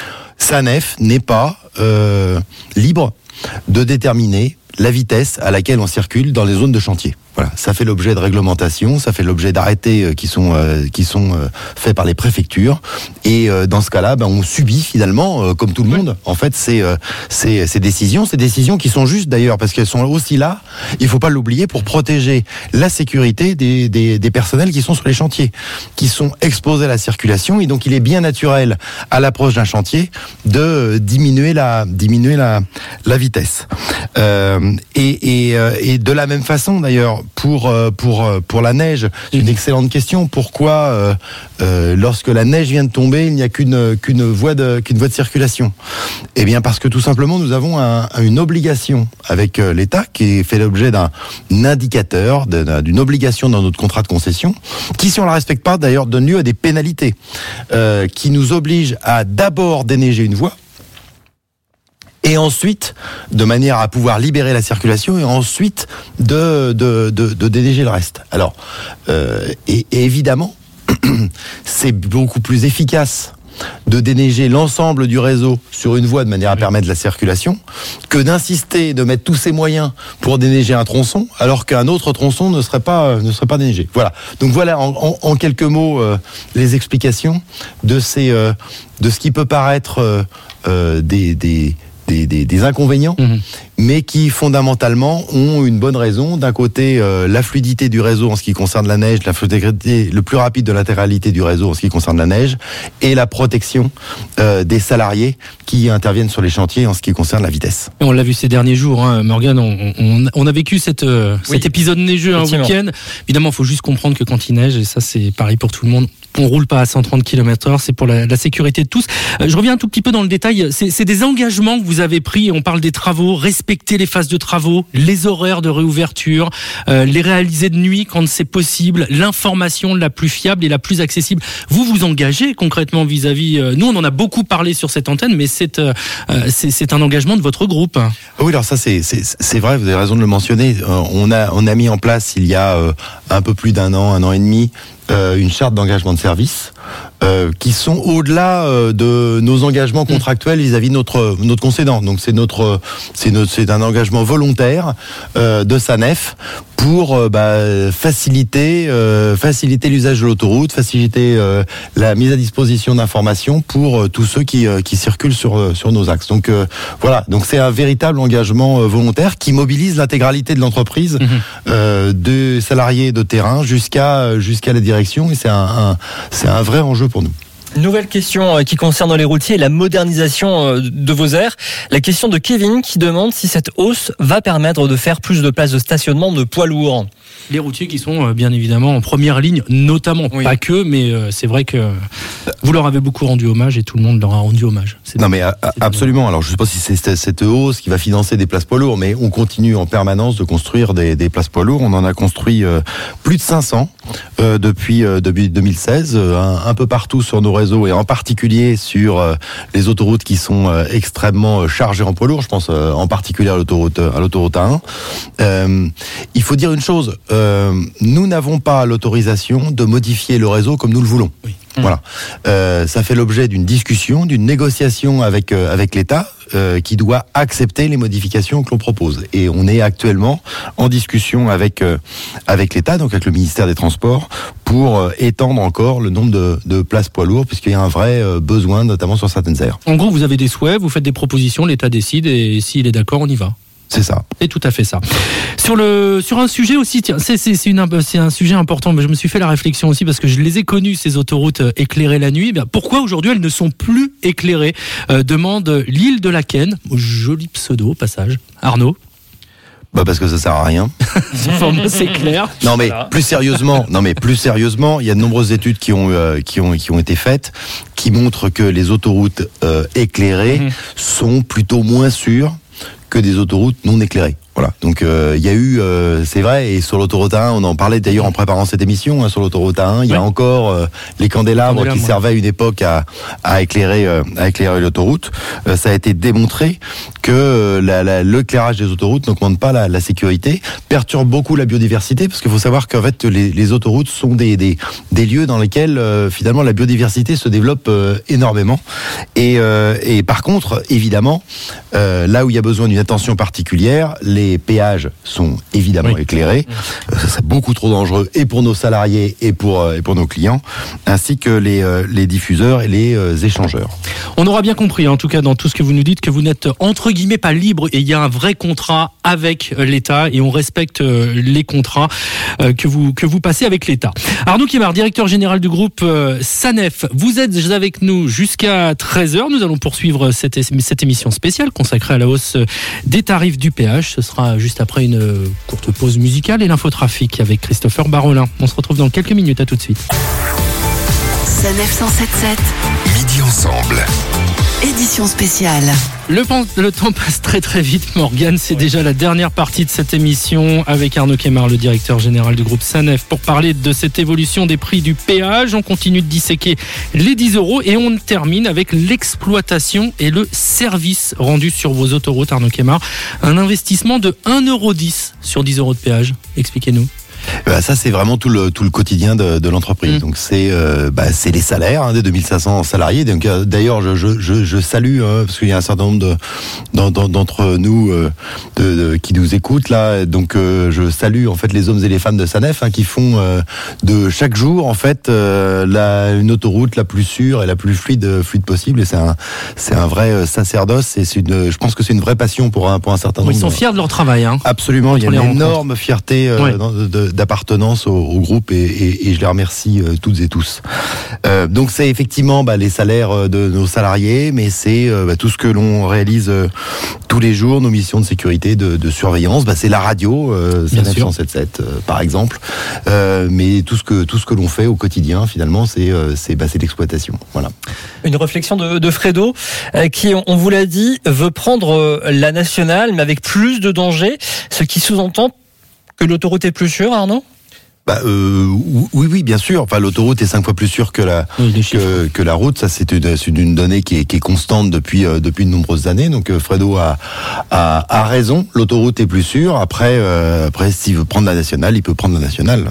SANEF n'est pas euh, libre de déterminer la vitesse à laquelle on circule dans les zones de chantier. Voilà, ça fait l'objet de réglementations, ça fait l'objet d'arrêtés qui sont euh, qui sont euh, faits par les préfectures. Et euh, dans ce cas-là, ben, on subit finalement, euh, comme tout le monde, en fait, ces, euh, ces ces décisions, ces décisions qui sont justes d'ailleurs, parce qu'elles sont aussi là. Il faut pas l'oublier pour protéger la sécurité des des, des personnels qui sont sur les chantiers, qui sont exposés à la circulation. Et donc, il est bien naturel à l'approche d'un chantier de euh, diminuer la diminuer la la vitesse. Euh, et et, euh, et de la même façon d'ailleurs. Pour pour pour la neige, c'est une excellente question. Pourquoi euh, euh, lorsque la neige vient de tomber, il n'y a qu'une qu'une voie de qu'une voie de circulation? Eh bien parce que tout simplement nous avons un, une obligation avec l'État qui fait l'objet d'un indicateur, d'une obligation dans notre contrat de concession, qui si on la respecte pas d'ailleurs donne lieu à des pénalités, euh, qui nous oblige à d'abord déneiger une voie. et ensuite, de manière à pouvoir libérer la circulation, et ensuite de, de, de, de déneiger le reste. Alors, euh, et, et évidemment, c'est beaucoup plus efficace de déneiger l'ensemble du réseau sur une voie de manière à permettre la circulation que d'insister, de mettre tous ses moyens pour déneiger un tronçon alors qu'un autre tronçon ne serait pas, ne serait pas déneigé. Voilà. Donc voilà en, en, en quelques mots euh, les explications de, ces, euh, de ce qui peut paraître euh, euh, des... des Des, des, des inconvénients, mmh. mais qui fondamentalement ont une bonne raison. D'un côté, euh, la fluidité du réseau en ce qui concerne la neige, la fluidité le plus rapide de l'intégralité du réseau en ce qui concerne la neige, et la protection euh, des salariés qui interviennent sur les chantiers en ce qui concerne la vitesse. On l'a vu ces derniers jours, hein, Morgane, on, on, on a vécu cette, euh, oui. cet épisode neigeux un week-end. Évidemment, il faut juste comprendre que quand il neige, et ça c'est pareil pour tout le monde, on roule pas à cent trente kilomètres heure, c'est pour la, la sécurité de tous. Euh, je reviens un tout petit peu dans le détail. C'est, c'est des engagements que vous avez pris. On parle des travaux, respecter les phases de travaux, les horaires de réouverture, euh, les réaliser de nuit quand c'est possible, l'information la plus fiable et la plus accessible. Vous vous engagez concrètement vis-à-vis. Euh, nous, on en a beaucoup parlé sur cette antenne, mais c'est euh, c'est, c'est un engagement de votre groupe. Oui, alors ça c'est c'est, c'est vrai. Vous avez raison de le mentionner. Euh, on a on a mis en place il y a euh, un peu plus d'un an, un an et demi. Euh, une charte d'engagement de service euh, qui sont au-delà euh, de nos engagements contractuels vis-à-vis de notre notre concédant. Donc c'est notre c'est notre c'est un engagement volontaire euh, de SANEF pour euh, bah, faciliter euh, faciliter l'usage de l'autoroute, faciliter euh, la mise à disposition d'informations pour euh, tous ceux qui euh, qui circulent sur euh, sur nos axes. Donc euh, voilà, donc c'est un véritable engagement euh, volontaire qui mobilise l'intégralité de l'entreprise, mmh. euh, de salariés de terrain jusqu'à jusqu'à la direction. Et c'est un, un, c'est un vrai enjeu pour nous. Nouvelle question qui concerne les routiers et la modernisation de vos aires. La question de Kevin qui demande si cette hausse va permettre de faire plus de places de stationnement de poids lourds. Les routiers qui sont bien évidemment en première ligne, notamment, oui. Pas que, mais c'est vrai que vous leur avez beaucoup rendu hommage et tout le monde leur a rendu hommage. C'est non mais a, absolument. Alors je ne sais pas si c'est cette hausse qui va financer des places poids lourds, mais on continue en permanence de construire des, des places poids lourds. On en a construit euh, plus de cinq cents euh, depuis, euh, depuis deux mille seize, euh, un, un peu partout sur nos réseaux et en particulier sur euh, les autoroutes qui sont euh, extrêmement chargées en poids lourds. Je pense euh, en particulier à l'autoroute, à l'autoroute A un. Euh, il faut dire une chose. Euh, nous n'avons pas l'autorisation de modifier le réseau comme nous le voulons. Oui. Voilà. Euh, ça fait l'objet d'une discussion, d'une négociation avec euh, avec l'État euh, qui doit accepter les modifications que l'on propose. Et on est actuellement en discussion avec euh, avec l'État, donc avec le ministère des Transports, pour euh, étendre encore le nombre de, de places poids lourds, puisqu'il y a un vrai euh, besoin, notamment sur certaines aires. En gros, vous avez des souhaits, vous faites des propositions, l'État décide, et s'il est d'accord, on y va. C'est ça. C'est tout à fait ça. Sur le sur un sujet aussi, tiens, c'est c'est c'est, une, c'est un sujet important. Mais je me suis fait la réflexion aussi parce que je les ai connues ces autoroutes éclairées la nuit. Bien, pourquoi aujourd'hui elles ne sont plus éclairées euh, demande l'île de Laken. Joli pseudo au passage. Arnaud. Bah parce que ça sert à rien. C'est clair. Non mais voilà. plus sérieusement, non mais plus sérieusement, il y a de nombreuses études qui ont euh, qui ont qui ont été faites qui montrent que les autoroutes euh, éclairées mmh. sont plutôt moins sûres que des autoroutes non éclairées. Voilà. Donc il euh, y a eu, euh, c'est vrai, et sur l'autoroute A un, on en parlait d'ailleurs en préparant cette émission. Hein, sur l'autoroute A un, il y a ouais. encore euh, les candélabres, candélabres qui ouais. servaient à une époque à, à éclairer, euh, à éclairer l'autoroute. Euh, ça a été démontré que euh, la, la, l'éclairage des autoroutes n'augmente pas la, la sécurité, perturbe beaucoup la biodiversité, parce qu'il faut savoir qu'en fait les, les autoroutes sont des, des, des lieux dans lesquels euh, finalement la biodiversité se développe euh, énormément. Et, euh, et par contre, évidemment, euh, là où il y a besoin d'une attention particulière, les Les péages sont évidemment oui. éclairés. Euh, ça serait beaucoup trop dangereux et pour nos salariés et pour euh, et pour nos clients, ainsi que les euh, les diffuseurs et les euh, échangeurs. On aura bien compris, en tout cas dans tout ce que vous nous dites, que vous n'êtes entre guillemets pas libre et il y a un vrai contrat avec l'État et on respecte euh, les contrats euh, que vous que vous passez avec l'État. Arnaud Kiemar, directeur général du groupe euh, SANEF, vous êtes avec nous jusqu'à treize heures. Nous allons poursuivre cette cette émission spéciale consacrée à la hausse des tarifs du péage. Ce sera juste après une courte pause musicale et l'infotrafic avec Christopher Barolin. On se retrouve dans quelques minutes, à tout de suite. SANEF cent sept sept. Midi ensemble. édition spéciale. Le, le temps passe très très vite, Morgane. C'est déjà la dernière partie de cette émission avec Arnaud Kemar, le directeur général du groupe SANEF, pour parler de cette évolution des prix du péage. On continue de disséquer les dix euros et on termine avec l'exploitation et le service rendu sur vos autoroutes, Arnaud Kemar. Un investissement de un euro dix sur dix euros de péage. Expliquez-nous. Bah ça c'est vraiment tout le tout le quotidien de, de l'entreprise. Mmh. Donc c'est euh, bah, c'est les salaires hein, des deux mille cinq cents salariés. Donc euh, d'ailleurs je, je je je salue hein, parce qu'il y a un certain nombre de d'entre nous euh, de, de, qui nous écoutent là. Donc euh, je salue en fait les hommes et les femmes de SANEF hein, qui font euh, de chaque jour en fait euh, la une autoroute la plus sûre et la plus fluide fluide possible. Et c'est un c'est un vrai sacerdoce et c'est une je pense que c'est une vraie passion pour un pour un certain nombre. Ils sont fiers de leur travail. Hein, Absolument. Il y a une énorme fierté euh, ouais. de, de d'appartenance au, au groupe et, et, et je les remercie euh, toutes et tous. Euh, donc c'est effectivement bah, les salaires de nos salariés, mais c'est euh, bah, tout ce que l'on réalise euh, tous les jours, nos missions de sécurité, de, de surveillance. Bah, c'est la radio, euh, SANEF cent soixante-dix-sept euh, par exemple, euh, mais tout ce que tout ce que l'on fait au quotidien finalement, c'est euh, c'est bah, c'est l'exploitation. Voilà. Une réflexion de, de Fredo euh, qui, on vous l'a dit, veut prendre euh, la nationale, mais avec plus de danger, ce qui sous-entend que l'autoroute est plus sûre, Arnaud ? Bah euh, oui, oui, bien sûr. Enfin, l'autoroute est cinq fois plus sûre que la oui, que, que la route. Ça, c'est une, c'est une donnée qui est, qui est constante depuis euh, depuis de nombreuses années. Donc, euh, Fredo a, a a raison. L'autoroute est plus sûre. Après, euh, après, s'il veut prendre la nationale, il peut prendre la nationale.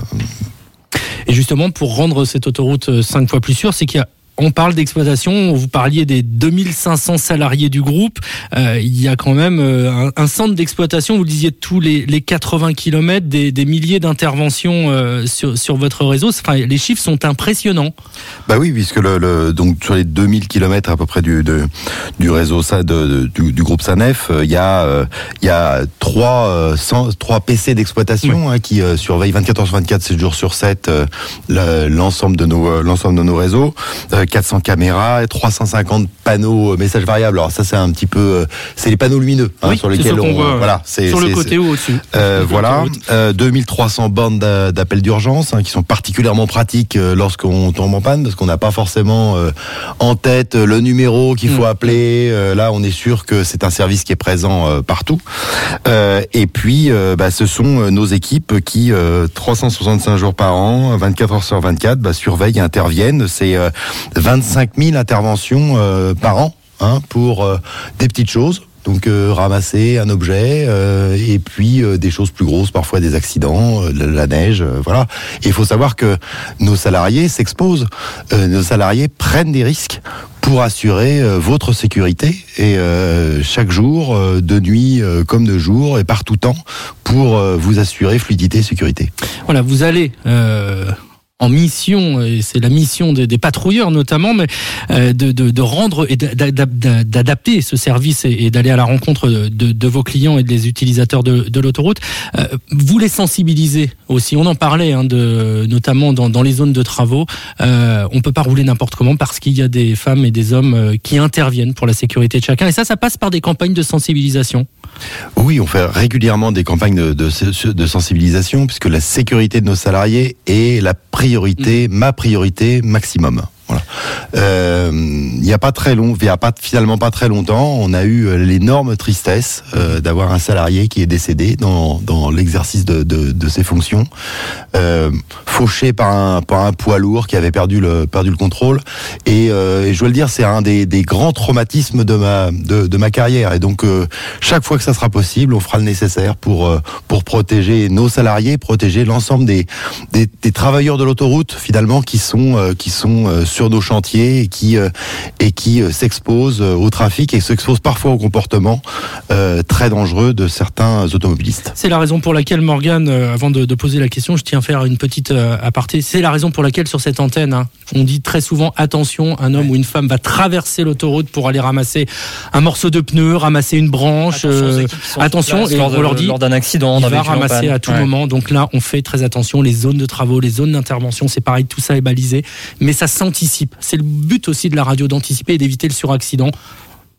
Et justement, pour rendre cette autoroute cinq fois plus sûre, c'est qu'il y a On parle d'exploitation, vous parliez des deux mille cinq cents salariés du groupe. Euh, il y a quand même euh, un, un centre d'exploitation, vous le disiez, tous les, les quatre-vingts kilomètres, des, des milliers d'interventions euh, sur, sur votre réseau. Enfin, les chiffres sont impressionnants. Bah oui, puisque le, le, donc, sur les deux mille kilomètres à peu près du, de, du réseau de, de, du, du groupe SANEF, il y a, euh, il y a trois, euh, cent, trois P C d'exploitation oui. hein, qui euh, surveillent vingt-quatre heures sur vingt-quatre, sept jours sur sept euh, l'ensemble de nos, l'ensemble de nos réseaux. Euh, quatre cents caméras et trois cent cinquante panneaux messages variables. Alors ça c'est un petit peu, c'est les panneaux lumineux hein, oui, sur lesquels on, voit, voilà, c'est sur c'est, le côté c'est, ou au-dessus. Euh, voilà, euh, deux mille trois cents bornes d'appel d'urgence hein, qui sont particulièrement pratiques euh, lorsqu'on tombe en panne parce qu'on n'a pas forcément euh, en tête le numéro qu'il faut mmh. appeler. Euh, là, on est sûr que c'est un service qui est présent euh, partout. Euh, et puis, euh, bah, ce sont nos équipes qui euh, trois cent soixante-cinq jours par an, vingt-quatre heures sur vingt-quatre, bah, surveillent et interviennent. C'est euh, vingt-cinq mille interventions euh, par an hein, pour euh, des petites choses. Donc euh, ramasser un objet euh, et puis euh, des choses plus grosses, parfois des accidents, euh, la, la neige, euh, voilà. Et il faut savoir que nos salariés s'exposent, euh, nos salariés prennent des risques pour assurer euh, votre sécurité et euh, chaque jour, euh, de nuit euh, comme de jour et par tout temps, pour euh, vous assurer fluidité et sécurité. Voilà, vous allez... Euh... en mission, et c'est la mission des, des patrouilleurs notamment, mais euh, de, de, de rendre et d'adapter ce service et, et d'aller à la rencontre de, de, de vos clients et des utilisateurs de, de l'autoroute. Euh, vous les sensibilisez aussi. On en parlait, hein, de, notamment dans, dans les zones de travaux. Euh, on peut pas rouler n'importe comment parce qu'il y a des femmes et des hommes qui interviennent pour la sécurité de chacun. Et ça, ça passe par des campagnes de sensibilisation. Oui, on fait régulièrement des campagnes de, de, de sensibilisation puisque la sécurité de nos salariés est la priorité, mmh. ma priorité maximum. Voilà. Euh, il y a pas très long, il y a pas finalement pas très longtemps, on a eu l'énorme tristesse euh, d'avoir un salarié qui est décédé dans dans l'exercice de de, de ses fonctions, euh, fauché par un par un poids lourd qui avait perdu le perdu le contrôle. Et, euh, et je dois le dire, c'est un des des grands traumatismes de ma de de ma carrière. Et donc euh, chaque fois que ça sera possible, on fera le nécessaire pour euh, pour protéger nos salariés, protéger l'ensemble des des, des travailleurs de l'autoroute finalement qui sont euh, qui sont euh, sur nos chantiers et qui euh, et qui euh, s'exposent au trafic et s'exposent parfois au comportement euh, très dangereux de certains automobilistes. C'est la raison pour laquelle, Morgane, euh, avant de, de poser la question, je tiens à faire une petite euh, aparté. C'est la raison pour laquelle sur cette antenne, hein, on dit très souvent attention, un homme ouais. ou une femme va traverser l'autoroute pour aller ramasser un morceau de pneu, ramasser une branche. Euh, attention, et on leur dit lors d'un accident, il va ramasser à tout ouais. moment. Donc là, on fait très attention. Les zones de travaux, les zones d'intervention, c'est pareil, tout ça est balisé, mais ça s'anticipe. C'est le but aussi de la radio, d'anticiper et d'éviter le suraccident.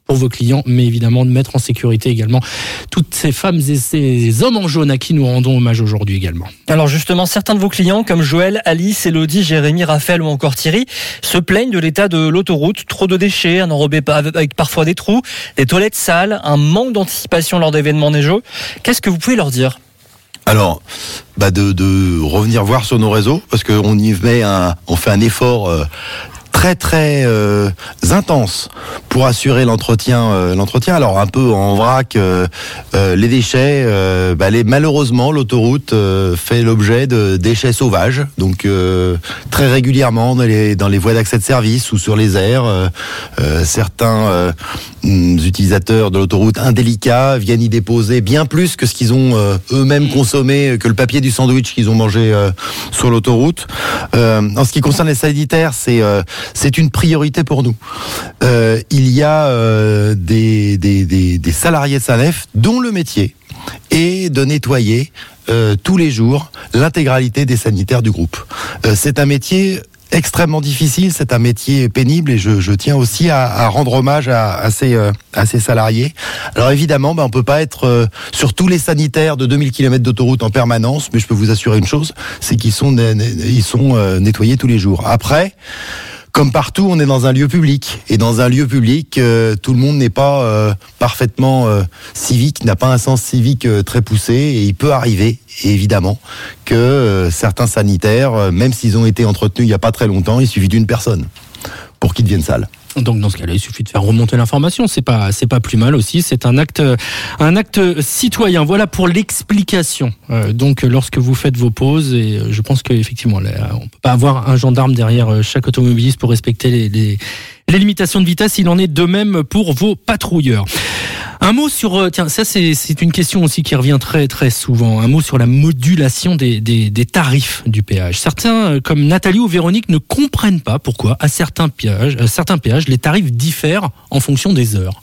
pour vos clients, mais évidemment de mettre en sécurité également toutes ces femmes et ces hommes en jaune à qui nous rendons hommage aujourd'hui également. Alors justement, certains de vos clients comme Joël, Alice, Elodie, Jérémy, Raphaël ou encore Thierry se plaignent de l'état de l'autoroute, trop de déchets, un enrobé avec parfois des trous, des toilettes sales, un manque d'anticipation lors d'événements neigeux. Qu'est-ce que vous pouvez leur dire ? Alors, bah de, de revenir voir sur nos réseaux, parce qu'on y met un, on fait un effort euh, très très euh, intense pour assurer l'entretien. Euh, l'entretien. Alors un peu en vrac, euh, euh, les déchets. Euh, bah, les, malheureusement, l'autoroute euh, fait l'objet de déchets sauvages, donc euh, très régulièrement dans les dans les voies d'accès de service ou sur les aires. Euh, euh, certains euh, utilisateurs de l'autoroute indélicats viennent y déposer bien plus que ce qu'ils ont euh, eux-mêmes consommé, que le papier du sandwich qu'ils ont mangé euh, sur l'autoroute. Euh, en ce qui concerne les sanitaires, c'est euh, c'est une priorité pour nous. Euh, il y a euh, des, des, des, des salariés de Sanef dont le métier est de nettoyer euh, tous les jours l'intégralité des sanitaires du groupe. Euh, c'est un métier extrêmement difficile, c'est un métier pénible et je, je tiens aussi à, à rendre hommage à, à, ces, euh, à ces salariés. Alors évidemment, ben, on peut pas être euh, sur tous les sanitaires de deux mille kilomètres d'autoroute en permanence, mais je peux vous assurer une chose, c'est qu'ils sont, ils sont euh, nettoyés tous les jours. Après, comme partout, on est dans un lieu public. Et dans un lieu public, euh, tout le monde n'est pas euh, parfaitement euh, civique, n'a pas un sens civique euh, très poussé. Et il peut arriver, évidemment, que euh, certains sanitaires, euh, même s'ils ont été entretenus il n'y a pas très longtemps, il suffit d'une personne pour qu'ils deviennent sales. Donc dans ce cas-là, il suffit de faire remonter l'information. C'est pas, c'est pas plus mal aussi. C'est un acte, un acte citoyen. Voilà pour l'explication. Euh, donc lorsque vous faites vos pauses, et je pense qu'effectivement, là, on peut pas avoir un gendarme derrière chaque automobiliste pour respecter les, les, les limitations de vitesse. Il en est de même pour vos patrouilleurs. Un mot sur, tiens, ça c'est, c'est une question aussi qui revient très très souvent. Un mot sur la modulation des, des, des tarifs du péage. Certains, comme Nathalie ou Véronique, ne comprennent pas pourquoi à certains péages, à certains péages, les tarifs diffèrent en fonction des heures.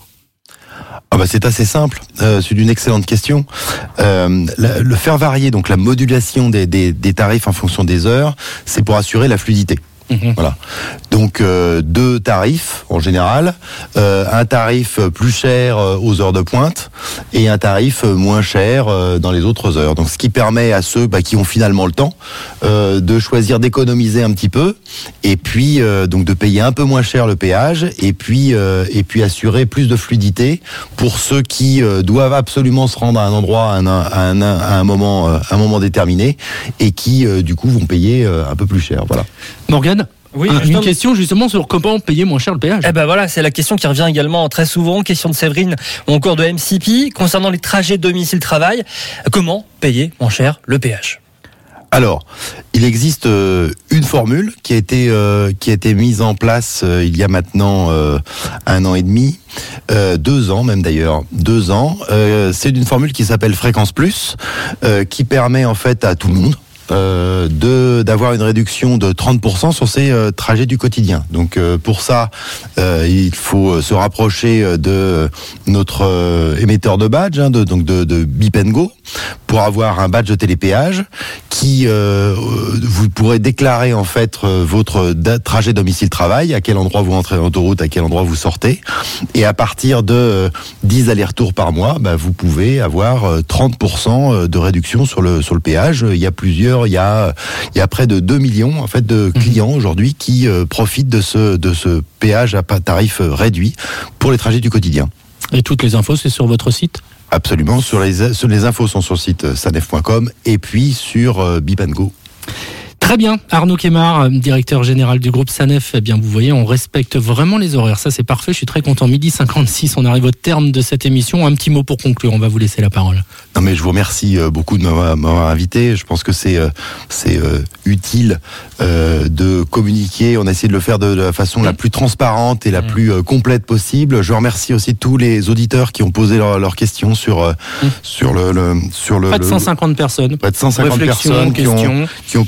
Ah bah c'est assez simple, euh, c'est une excellente question. Euh, la, le faire varier, donc la modulation des, des, des tarifs en fonction des heures, c'est pour assurer la fluidité. Mmh. Voilà. Donc euh, deux tarifs en général, euh, un tarif plus cher euh, aux heures de pointe et un tarif moins cher euh, dans les autres heures. Donc ce qui permet à ceux bah, qui ont finalement le temps euh, de choisir d'économiser un petit peu et puis euh, donc de payer un peu moins cher le péage et puis euh, et puis assurer plus de fluidité pour ceux qui euh, doivent absolument se rendre à un endroit à un, à un, à un moment euh, un moment déterminé et qui euh, du coup vont payer euh, un peu plus cher. Voilà. Morgane. Oui, un, une question justement sur comment payer moins cher le péage. Eh ben voilà, c'est la question qui revient également très souvent, question de Séverine ou encore de M C P concernant les trajets domicile-travail. Comment payer moins cher le péage ? Alors, il existe euh, une formule qui a été euh, qui a été mise en place euh, il y a maintenant euh, un an et demi, euh, deux ans même d'ailleurs, deux ans. Euh, c'est une formule qui s'appelle Fréquence Plus, euh, qui permet en fait à tout le monde. Euh, de d'avoir une réduction de trente pour cent sur ces euh, trajets du quotidien. Donc euh, pour ça, euh, il faut se rapprocher de notre euh, émetteur de badge, hein, de, donc de, de Bip and Go, pour avoir un badge de télépéage qui euh, vous pourrez déclarer en fait votre trajet domicile-travail, à quel endroit vous entrez en autoroute, à quel endroit vous sortez, et à partir de dix allers-retours par mois, bah, vous pouvez avoir trente pour cent de réduction sur le sur le péage. Il y a plusieurs Il y a, il y a près de deux millions en fait de clients aujourd'hui qui euh, profitent de ce de ce péage à tarif réduit pour les trajets du quotidien. Et toutes les infos, c'est sur votre site ? Absolument. Sur les sur les infos sont sur le site sanef point com et puis sur euh, Bip and Go. Très bien, Arnaud Kemar, directeur général du groupe Sanef. Eh bien, vous voyez, on respecte vraiment les horaires. Ça, c'est parfait. Je suis très content. midi cinquante-six, on arrive au terme de cette émission. Un petit mot pour conclure. On va vous laisser la parole. Non, mais je vous remercie beaucoup de m'avoir, m'avoir invité. Je pense que c'est c'est utile euh, de communiquer. On a essayé de le faire de la façon mmh. la plus transparente et la mmh. plus euh, complète possible. Je remercie aussi tous les auditeurs qui ont posé leurs leur questions sur euh, mmh. sur le, le sur le près de cent cinquante personnes. Près de cent cinquante personnes qui ont qui ont posé des questions.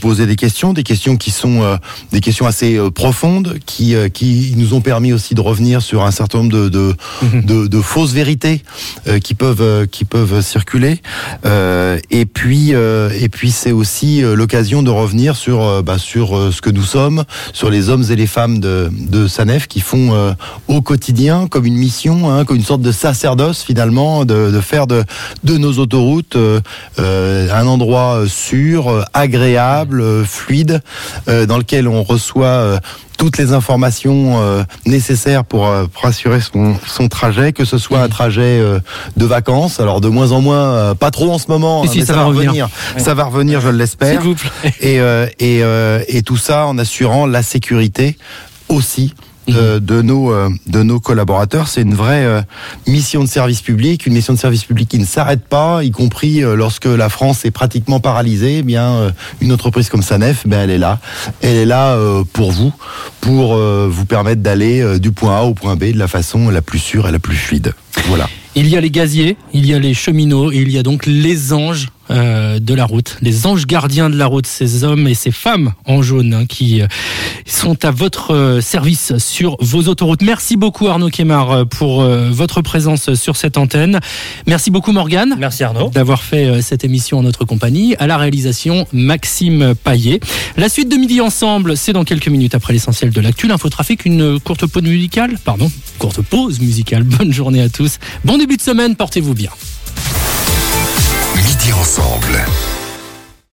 questions, des questions qui sont euh, des questions assez euh, profondes, qui euh, qui nous ont permis aussi de revenir sur un certain nombre de de, mmh. de, de fausses vérités euh, qui peuvent euh, qui peuvent circuler. Euh, et puis euh, et puis c'est aussi euh, l'occasion de revenir sur euh, bah, sur euh, ce que nous sommes, sur les hommes et les femmes de de SANEF qui font euh, au quotidien comme une mission, hein, comme une sorte de sacerdoce finalement, de, de faire de de nos autoroutes euh, euh, un endroit sûr, agréable, fluide, euh, dans lequel on reçoit euh, toutes les informations euh, nécessaires pour, euh, pour assurer son, son trajet, que ce soit un trajet euh, de vacances, alors de moins en moins, euh, pas trop en ce moment, hein, si, mais ça, ça va va revenir, revenir. ça va revenir, je l'espère. S'il vous plaît. Et, euh, et, euh, et tout ça en assurant la sécurité aussi. Euh, de nos euh, de nos collaborateurs. C'est une vraie euh, mission de service public, une mission de service public qui ne s'arrête pas, y compris euh, lorsque la France est pratiquement paralysée. Eh bien, euh, une entreprise comme SANEF, ben elle est là, elle est là euh, pour vous, pour euh, vous permettre d'aller euh, du point A au point B de la façon la plus sûre et la plus fluide. Voilà. Il y a les gaziers, il y a les cheminots, et il y a donc les anges euh, de la route, les anges gardiens de la route, ces hommes et ces femmes en jaune hein, qui euh, sont à votre euh, service sur vos autoroutes. Merci beaucoup Arnaud Kémard pour euh, votre présence sur cette antenne. Merci beaucoup Morgane. Merci Arnaud. D'avoir fait euh, cette émission en notre compagnie. À la réalisation, Maxime Paillet. La suite de Midi Ensemble, c'est dans quelques minutes après l'essentiel de l'actu. L'infotrafic, une courte pause musicale. Pardon, courte pause musicale. Bonne journée à tous. Bon début de semaine, portez-vous bien. Midi Ensemble.